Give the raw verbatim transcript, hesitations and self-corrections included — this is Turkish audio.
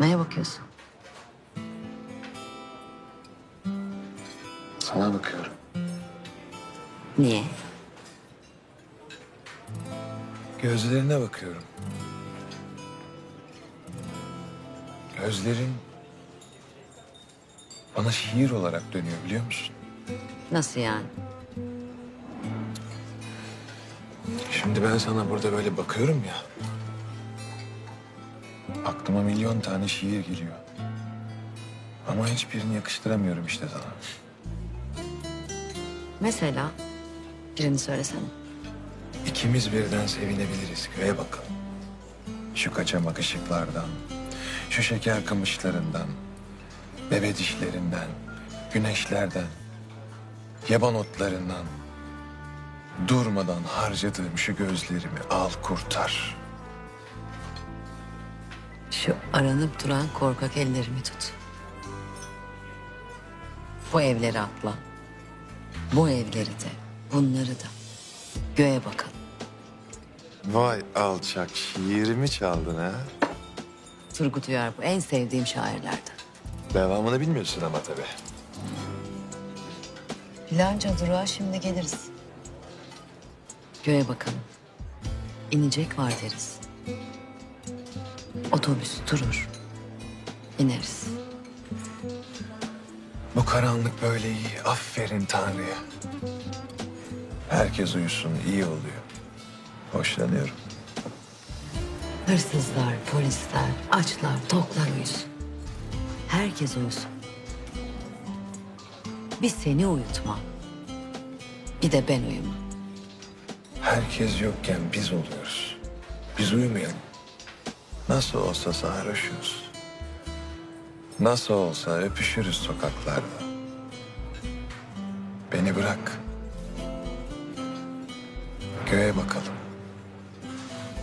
Neye bakıyorsun? Sana bakıyorum. Niye? Gözlerine bakıyorum. Gözlerin bana şiir olarak dönüyor biliyor musun? Nasıl yani? Şimdi ben sana burada böyle bakıyorum ya. Aklıma milyon tane şiir geliyor. Ama hiçbirini yakıştıramıyorum işte sana. Mesela birini söylesene. İkimiz birden sevinebiliriz. Göğe bakalım. Şu kaçamak ışıklardan, şu şeker kamışlarından, bebe dişlerinden, güneşlerden, yaban otlarından, durmadan harcadığım şu gözlerimi al kurtar. Şu aranıp duran korkak ellerimi tut. Bu evleri atla. Bu evleri de, bunları da. Göğe bakalım. Vay alçak, şiirimi çaldın ha. Turgut Uyar bu en sevdiğim şairlerden. Devamını bilmiyorsun ama tabii. Filanca durağa şimdi geliriz. Göğe bakalım. İnecek var deriz. Otobüs durur. İneriz. Bu karanlık böyle iyi. Aferin Tanrı'ya. Herkes uyusun, iyi oluyor. Hoşlanıyorum. Hırsızlar, polisler, açlar, toklar uyusun. Herkes uyusun. Bir seni uyutma. Bir de ben uyumam. Herkes yokken biz oluyoruz. Biz uyumayalım. Nasıl olsa sarhoşuz. Nasıl olsa öpüşürüz sokaklarda. Beni bırak. Göğe bakalım.